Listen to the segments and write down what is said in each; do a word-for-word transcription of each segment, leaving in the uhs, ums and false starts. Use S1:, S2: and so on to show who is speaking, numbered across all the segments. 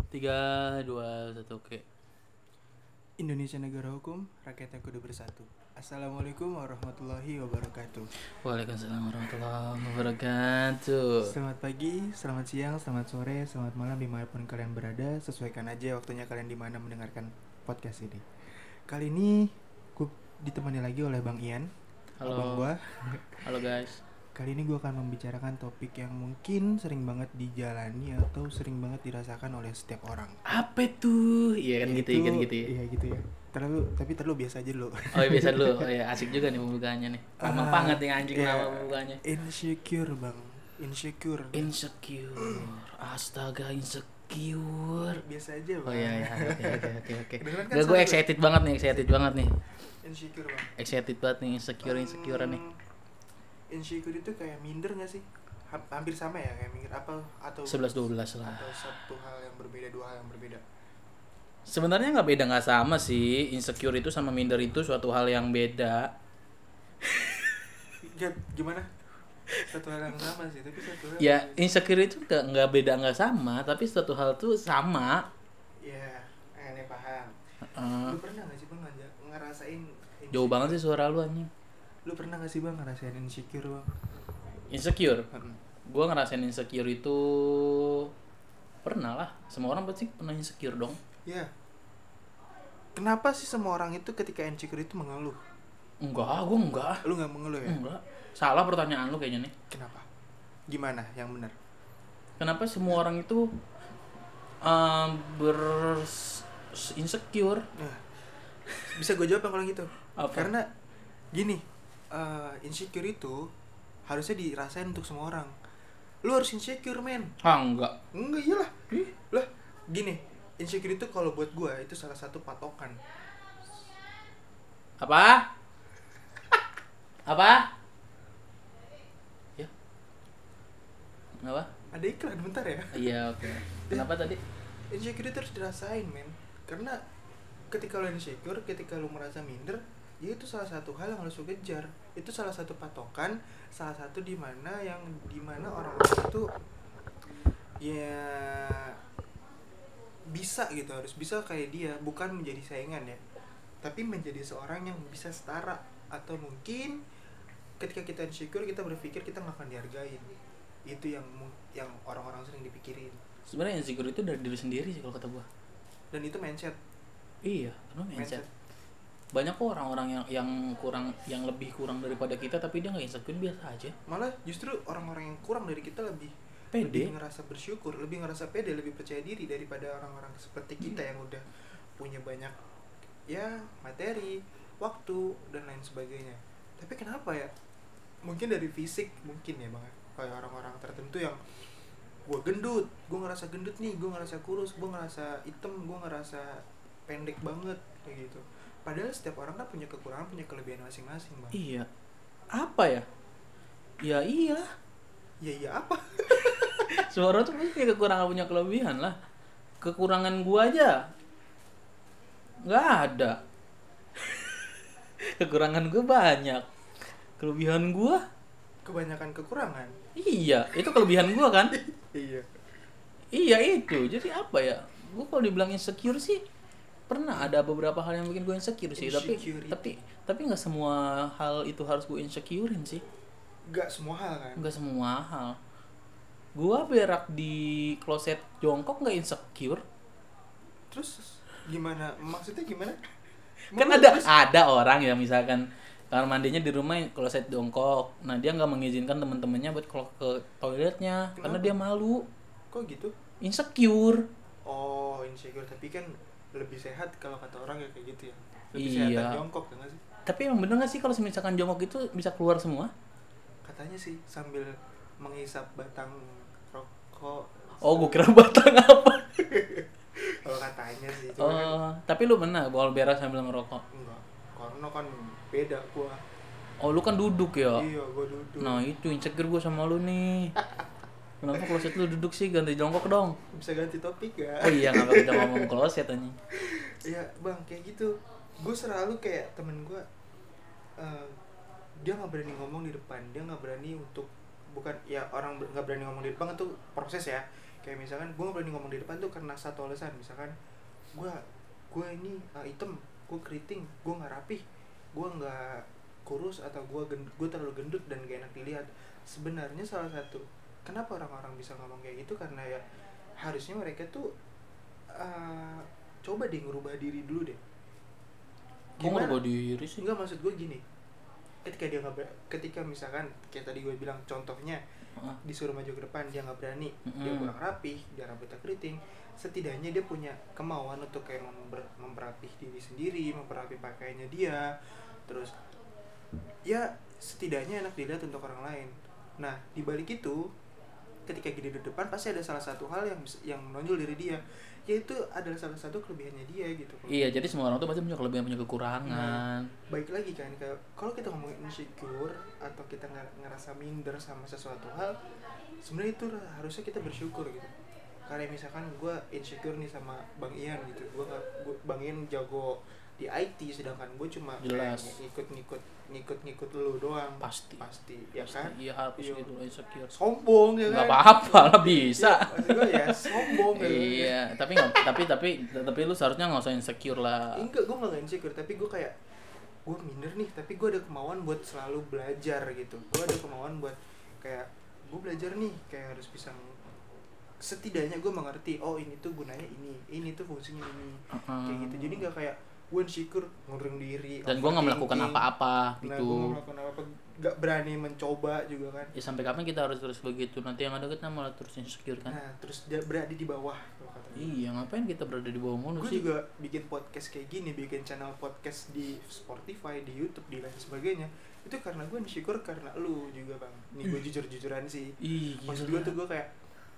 S1: Tiga, dua, satu, oke.
S2: Indonesia negara hukum, rakyatnya kudu bersatu. Assalamualaikum warahmatullahi wabarakatuh.
S1: Waalaikumsalam warahmatullahi wabarakatuh.
S2: Selamat pagi, selamat siang, selamat sore, selamat malam dimanapun kalian berada. Sesuaikan aja waktunya kalian dimana mendengarkan podcast ini. Kali ini gue ditemani lagi oleh Bang Ian.
S1: Halo.
S2: Abang gua.
S1: Halo guys.
S2: Kali ini gue akan membicarakan topik yang mungkin sering banget dijalani atau sering banget dirasakan oleh setiap orang.
S1: Apa tuh? Iya kan gitu, kan gitu ya.
S2: Iya gitu ya. Terlalu, tapi terlalu biasa aja dulu.
S1: Oh iya biasa dulu. Oh iya asik juga nih pembukaannya nih. Lama
S2: Ah,
S1: banget nih anjing
S2: iya.
S1: nama pembukaannya.
S2: Insecure bang, insecure.
S1: Insecure. Astaga insecure.
S2: Biasa aja bang.
S1: Oh iya iya oke oke oke oke.
S2: Kedengeran kan
S1: Gak, gue
S2: suara
S1: excited banget nih, excited banget nih.
S2: Insecure bang.
S1: Excited banget nih insecure insecure nih.
S2: Hmm, Insecure itu kayak minder nggak sih? Ha- hampir sama ya kayak minder apa atau
S1: Sebelas dua belas lah.
S2: atau satu hal yang berbeda, dua hal yang berbeda.
S1: Sebenarnya nggak beda nggak sama sih. Insecure itu sama minder itu suatu hal yang beda.
S2: Gak, gimana? Satu hal yang sama sih, tapi satu hal.
S1: Ya
S2: yang-
S1: insecure itu nggak nggak beda nggak sama, tapi suatu hal tuh sama.
S2: Ya, aneh paham.
S1: Heeh.
S2: Lu pernah nggak sih bang ngajak ngerasain? Insecure?
S1: Jauh banget sih suara lu anjing.
S2: Lu pernah nggak sih bang ngerasain insecure bang?
S1: Insecure.
S2: Hmm.
S1: Gua ngerasain insecure itu pernah lah. Semua orang pasti pernah insecure dong.
S2: Ya. Kenapa sih semua orang itu ketika insecure itu mengeluh?
S1: Enggak, gua enggak.
S2: Lu nggak mengeluh ya?
S1: Enggak. Salah pertanyaan lu kayaknya nih.
S2: Kenapa? Gimana yang benar?
S1: Kenapa semua orang itu um, ber insecure?
S2: Nah, bisa gue jawab kalau gitu.
S1: Apa?
S2: Karena gini, uh, insecure itu harusnya dirasain untuk semua orang. Lu harus insecure men.
S1: Ah enggak.
S2: Enggak iyalah.
S1: Ih.
S2: Lah, gini, insecure itu kalau buat gue itu salah satu patokan.
S1: Apa? Apa? Ya. Apa?
S2: Ada iklan bentar ya.
S1: Iya, oke. Kenapa tadi?
S2: Insecure itu harus dirasain men. Karena ketika lu insecure, ketika lu merasa minder, ya itu salah satu hal yang harus lu kejar. Itu salah satu patokan, salah satu di mana yang di mana orang-orang itu ya bisa gitu, harus bisa kayak dia, bukan menjadi saingan ya, tapi menjadi seorang yang bisa setara. Atau mungkin ketika kita insecure, kita berpikir kita nggak akan dihargain. Itu yang yang orang-orang sering dipikirin.
S1: Sebenarnya insecure itu dari diri sendiri sih kalau kata gua.
S2: Dan itu mindset.
S1: Iya, karena mindset.
S2: Mindset.
S1: Banyak kok orang-orang yang yang kurang yang lebih kurang daripada kita tapi dia nggak insecure, biasa aja.
S2: Malah justru orang-orang yang kurang dari kita lebih
S1: Pede.
S2: lebih ngerasa bersyukur, lebih ngerasa pede, lebih percaya diri daripada orang-orang seperti kita yang udah punya banyak ya materi, waktu dan lain sebagainya. Tapi kenapa ya? Mungkin dari fisik mungkin ya bang, kayak orang-orang tertentu yang gue gendut, gue ngerasa gendut nih, gue ngerasa kurus, gue ngerasa hitam, gue ngerasa pendek banget kayak gitu. Padahal setiap orang kan punya kekurangan, punya kelebihan masing-masing bang.
S1: Iya. Apa ya? Ya iya.
S2: Ya iya apa?
S1: Semua orang tuh pasti punya kekurangan punya kelebihan lah. Kekurangan gua aja nggak ada. Kekurangan gua banyak. Kelebihan gua
S2: Kebanyakan kekurangan.
S1: iya, itu kelebihan gua kan?
S2: Iya.
S1: Iya itu. Jadi apa ya? Gua kalau dibilang insecure sih pernah ada beberapa hal yang bikin gue insecure sih, tapi
S2: Insecurity.
S1: tapi tapi nggak semua hal itu harus gue insecurein sih.
S2: Gak semua hal kan.
S1: Nggak semua hal. Gua berak di kloset jongkok nggak insecure.
S2: Terus gimana? Maksudnya gimana?
S1: Kan
S2: Mau
S1: ada
S2: terus?
S1: ada orang yang misalkan kamar mandinya di rumah kloset jongkok. Nah, dia nggak mengizinkan teman-temannya buat kalau ke toiletnya karena
S2: Kenapa?
S1: dia malu.
S2: Kok gitu?
S1: Insecure.
S2: Oh, insecure, tapi kan lebih sehat kalau kata orang ya kayak gitu ya. Lebih
S1: Iya.
S2: sehatan jongkok ya nggak sih?
S1: Tapi emang bener nggak sih kalau misalkan jongkok itu bisa keluar semua?
S2: Katanya sih sambil menghisap batang rokok.
S1: Oh, gue kira batang apa?
S2: Kalau katanya sih. Cuma kan
S1: Oh, tapi lu pernah bawa berak sambil ngerokok?
S2: enggak. Karena kan beda gua.
S1: Oh, lu kan duduk ya?
S2: Iya, gua duduk.
S1: Nah, itu insecure gue sama lu nih. Kenapa kloset lu duduk sih? Ganti jongkok dong.
S2: Bisa ganti topik gak?
S1: Oh iya, ngapa kita ngomong kloset anjing?
S2: Iya bang, kayak gitu. Gue selalu kayak temen gue, uh, dia nggak berani ngomong di depan, dia nggak berani untuk bukan ya orang nggak berani ngomong di depan itu proses ya. kayak misalkan gue nggak berani ngomong di depan tuh karena satu alasan, misalkan gue gue ini uh, hitam, gue keriting, gue nggak rapih, gue nggak kurus, atau gue gue terlalu gendut dan gak enak dilihat. Sebenarnya salah satu kenapa orang-orang bisa ngomong kayak gitu karena ya harusnya mereka tuh uh, coba deh ngerubah diri dulu deh.
S1: Gue ngerubah diri sih.
S2: Enggak, maksud gue gini, ketika dia nggak ketika misalkan kayak tadi gue bilang contohnya uh. disuruh maju ke depan dia nggak berani, mm-hmm. dia kurang rapih, dia rambutnya keriting, setidaknya dia punya kemauan untuk kayak member, memperapih diri sendiri, memperapih pakaiannya dia, terus ya setidaknya enak dilihat untuk orang lain. Nah di balik itu ketika dia di depan pasti ada salah satu hal yang yang menonjol dari dia, yaitu adalah salah satu kelebihannya dia gitu.
S1: Iya, jadi semua orang tuh pasti punya kelebihan, punya kekurangan.
S2: Nah, baik lagi kan kalau kita ngomongin insecure atau kita ngerasa minder sama sesuatu hal, sebenarnya itu harusnya kita bersyukur gitu. Karena misalkan gue insecure nih sama Bang Ian gitu, gue nggak, Bang Ian jago di I T sedangkan gue cuma ngikut-ngikut ngikut-ngikut lu doang.
S1: Pasti
S2: pasti ya pasti, kan
S1: iya harus iya. Gitu insecure,
S2: sombong ya kan,
S1: nggak apa-apa lah bisa
S2: ya, maksud gue ya sombong
S1: iya kan? tapi nggak tapi tapi tapi lu seharusnya nggak usah insecure lah.
S2: Enggak, gue nggak insecure, tapi gue kayak gue minder nih, tapi gue ada kemauan buat selalu belajar gitu. Gue ada kemauan buat kayak gue belajar nih, kayak harus bisa setidaknya gue mengerti, oh ini tuh gunanya ini, ini tuh fungsinya ini, uh-huh. kayak gitu. Jadi nggak kayak gue insecure ngurung diri
S1: dan gue nggak melakukan apa-apa gitu.
S2: Nah, gue nggak melakukan apa-apa, nggak berani mencoba juga kan.
S1: Ya sampai kapan kita harus terus begitu? Nanti yang ada kita malah terus insecure kan.
S2: Nah terus dia berada di bawah.
S1: Iya, ngapain kita berada di bawah mulu
S2: sih?
S1: Gue
S2: juga bikin podcast kayak gini, bikin channel podcast di Spotify, di YouTube, di lain sebagainya. Itu karena gue insecure karena lu juga bang. Nih gue jujur-jujuran sih.
S1: Ih,
S2: maksud gue tuh gue kayak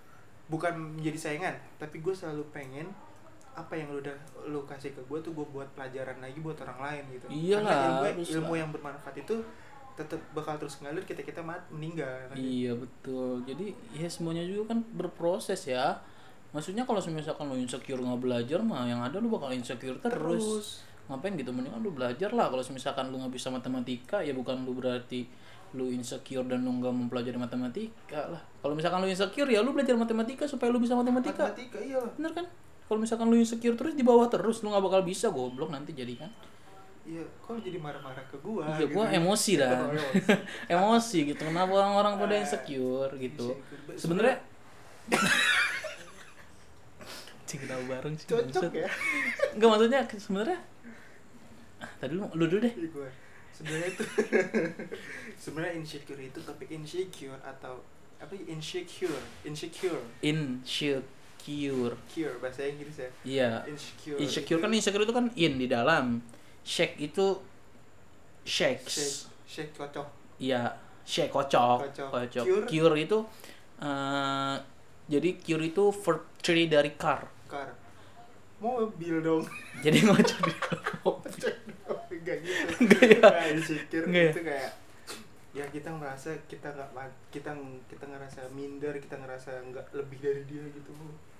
S2: bukan menjadi saingan, tapi gue selalu pengen apa yang lu udah lu kasih ke gue tuh gue buat pelajaran lagi buat orang lain gitu.
S1: Iyalah,
S2: ilmu, ilmu yang bermanfaat itu tetap bakal terus ngalir ketika kita mat meninggal kan?
S1: Iya betul. Jadi ya semuanya juga kan berproses ya. Maksudnya kalau misalkan lu insecure nggak belajar mah yang ada lu bakal insecure terus. terus. Ngapain gitu, mendingan lu belajar lah. Kalau misalkan lu nggak bisa matematika ya bukan lu berarti lu insecure dan lu nggak mempelajari matematika lah. Kalau misalkan lu insecure ya lu belajar matematika supaya lu bisa matematika.
S2: Matematika iya.
S1: Bener kan? Kalau misalkan lu insecure terus di bawah terus lu nggak bakal bisa, goblok nanti jadi kan.
S2: Iya, kok jadi marah-marah ke gua?
S1: Iya, gitu. Gua emosi dah. Emosi gitu. Kenapa orang-orang pada insecure gitu? Sebenarnya kita bareng sih.
S2: Cocok ya.
S1: Enggak, maksudnya sebenarnya tadi lu lu dulu deh.
S2: Sebenarnya itu sebenarnya insecure itu topik insecure atau apa insecure insecure
S1: insecure
S2: cure bahasa Inggris ya.
S1: Iya.
S2: Insecure.
S1: Insecure kan insecure itu kan in di dalam. Shake itu shakes.
S2: Shake, shake kocok.
S1: Iya, shake kocok.
S2: Kocok.
S1: Kocok.
S2: Cure.
S1: Cure itu uh, jadi cure itu verb three dari car.
S2: Car. Mobil dong.
S1: Jadi ngocok di
S2: mobil. Enggak gitu.
S1: Enggak ya.
S2: Nah, insecure
S1: Nggak.
S2: Itu kayak ya kita merasa kita nggak kita kita ngerasa minder, kita ngerasa nggak lebih dari dia gitu.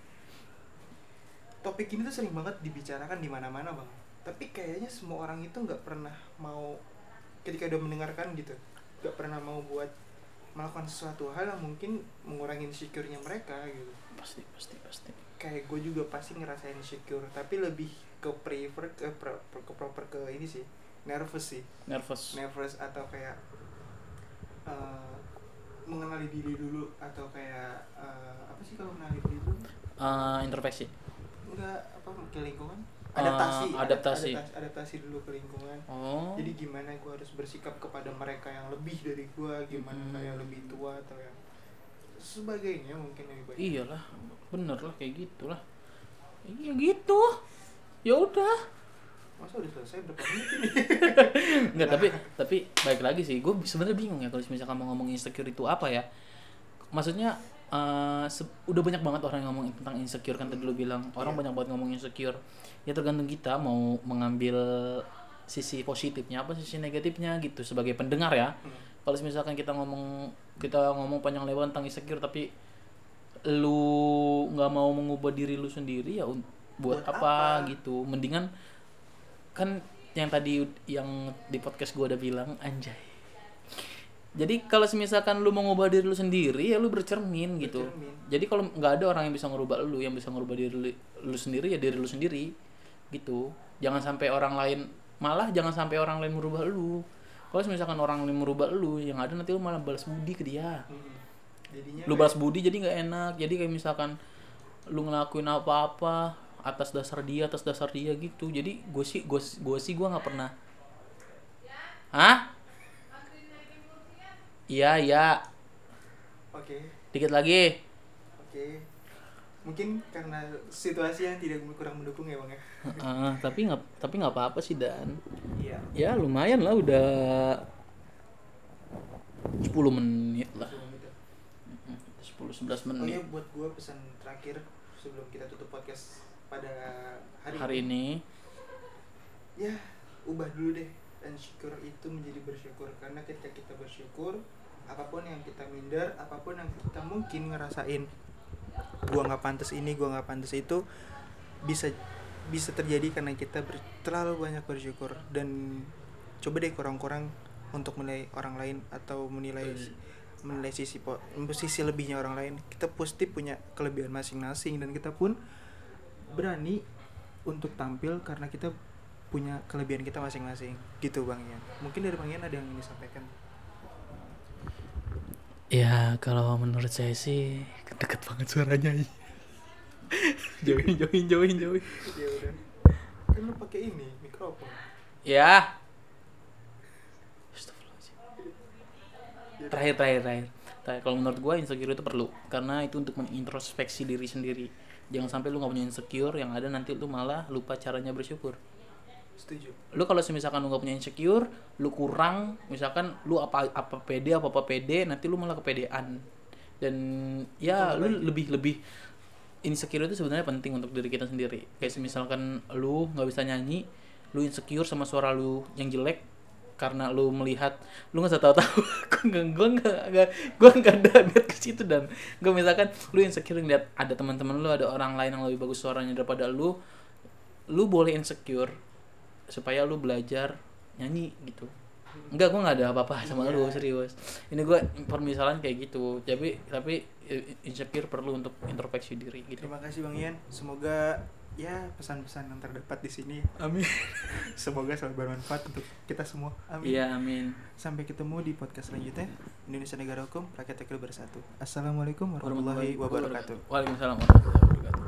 S2: Topik ini tuh sering banget dibicarakan di mana-mana bang, tapi kayaknya semua orang itu nggak pernah mau ketika udah mendengarkan gitu, nggak pernah mau buat melakukan sesuatu hal yang mungkin mengurangi insecure-nya mereka gitu.
S1: Pasti pasti pasti.
S2: Kayak gue juga pasti ngerasain insecure, tapi lebih ke prefer ke pro, ke proper ke ini sih, nervous sih.
S1: Nervous.
S2: Nervous atau kayak uh, mengenali diri dulu atau kayak uh, apa sih kalau mengenali diri dulu?
S1: Uh, introspeksi.
S2: Enggak, apa ke lingkungan? Adaptasi,
S1: uh, adaptasi.
S2: adaptasi adaptasi dulu ke lingkungan.
S1: Oh.
S2: Jadi gimana gue harus bersikap kepada mereka yang lebih dari gue, gimana hmm. kayak lebih tua atau yang sebagainya mungkin lebih baik.
S1: Iyalah, bener lah kayak gitulah. Iya gitu. Ya udah.
S2: Masa udah selesai berapa menit ini?
S1: Enggak, tapi tapi baik lagi sih. Gue sebenarnya bingung ya kalau misalkan mau ngomong insecure itu apa ya. Maksudnya Uh, se- udah banyak banget orang yang ngomong tentang insecure kan, tadi lu bilang orang yeah. banyak banget ngomong insecure. Ya tergantung kita mau mengambil sisi positifnya apa sisi negatifnya gitu sebagai pendengar ya. Hmm. Kalau misalkan kita ngomong kita ngomong panjang lebar tentang insecure tapi lu nggak mau mengubah diri lu sendiri ya buat, buat apa, apa gitu. Mendingan kan yang tadi yang di podcast gue udah bilang anjay. Jadi kalau misalkan lu mau ngubah diri lu sendiri ya lu bercermin gitu.
S2: Bercermin.
S1: Jadi kalau nggak ada orang yang bisa ngerubah lu, yang bisa ngerubah diri lu, lu sendiri ya diri lu sendiri gitu. Jangan sampai orang lain, malah jangan sampai orang lain merubah lu. Kalau misalkan orang lain merubah lu, yang ada nanti lu malah balas budi ke dia.
S2: Hmm. Jadinya
S1: Lu balas budi jadi nggak enak. Jadi kayak misalkan lu ngelakuin apa-apa atas dasar dia, atas dasar dia gitu. Jadi gue sih gue gue sih gue nggak pernah. Hah? Iya, iya.
S2: oke
S1: Dikit lagi.
S2: oke mungkin karena situasi yang tidak kurang mendukung ya bang ya.
S1: Uh, tapi nggak tapi nggak apa-apa sih Dan.
S2: Iya.
S1: Ya lumayan lah udah sepuluh menit lah. sepuluh sebelas
S2: Oh
S1: menit
S2: iya, buat gue pesan terakhir sebelum kita tutup podcast pada hari,
S1: hari ini.
S2: Ya, ubah dulu deh. Dan syukur itu menjadi bersyukur. Karena ketika kita bersyukur, apapun yang kita minder, apapun yang kita mungkin ngerasain, gua nggak pantas ini, gua nggak pantas itu, bisa bisa terjadi karena kita ber, terlalu banyak bersyukur. Dan coba deh kurang-kurang untuk menilai orang lain atau menilai menilai sisi po, sisi lebihnya orang lain. Kita pasti punya kelebihan masing-masing dan kita pun berani untuk tampil karena kita punya kelebihan kita masing-masing gitu Bang Ian. Mungkin dari Bang Ian ada yang ingin disampaikan?
S1: Ya kalau menurut saya sih deket banget suaranya. jauhin jauhin jauhin jauhin.
S2: Ya udah. Kan lu pakai ini mikrofon.
S1: Ya. Terakhir terakhir terakhir. Terakhir kalau menurut gue insecure itu perlu karena itu untuk mengintrospeksi diri sendiri. Jangan sampai lu nggak punya insecure yang ada nanti lu malah lupa caranya bersyukur.
S2: Setuju.
S1: Lu kalau misalkan lu nggak punya insecure, lu kurang, misalkan lu apa apa pede apa apa pede, nanti lu malah kepedean. Dan ya
S2: Itu
S1: lu
S2: lagi.
S1: lebih lebih insecure itu sebenarnya penting untuk diri kita sendiri. Kayak misalkan lu nggak bisa nyanyi, lu insecure sama suara lu yang jelek karena lu melihat lu nggak usah tahu-tahu gue nggak gue nggak gue nggak ada niat ke situ. Dan gue misalkan lu insecure ngeliat ada teman-teman lu, ada orang lain yang lebih bagus suaranya daripada lu, lu boleh insecure supaya lu belajar nyanyi gitu. Enggak, gue nggak ada apa-apa sama
S2: Iya.
S1: lu, serius. Ini gue permisalan kayak gitu. Tapi tapi insecure perlu untuk introspeksi diri gitu.
S2: Terima kasih Bang Ian. Semoga ya pesan-pesan yang terdapat di sini
S1: Amin.
S2: semoga selalu bermanfaat untuk kita semua. Amin.
S1: Iya, amin.
S2: Sampai ketemu di podcast selanjutnya. Indonesia Negara Hukum, Rakyat Akil Bersatu. Assalamualaikum warahmatullahi wabarakatuh.
S1: Waalaikumsalam warahmatullahi wabarakatuh.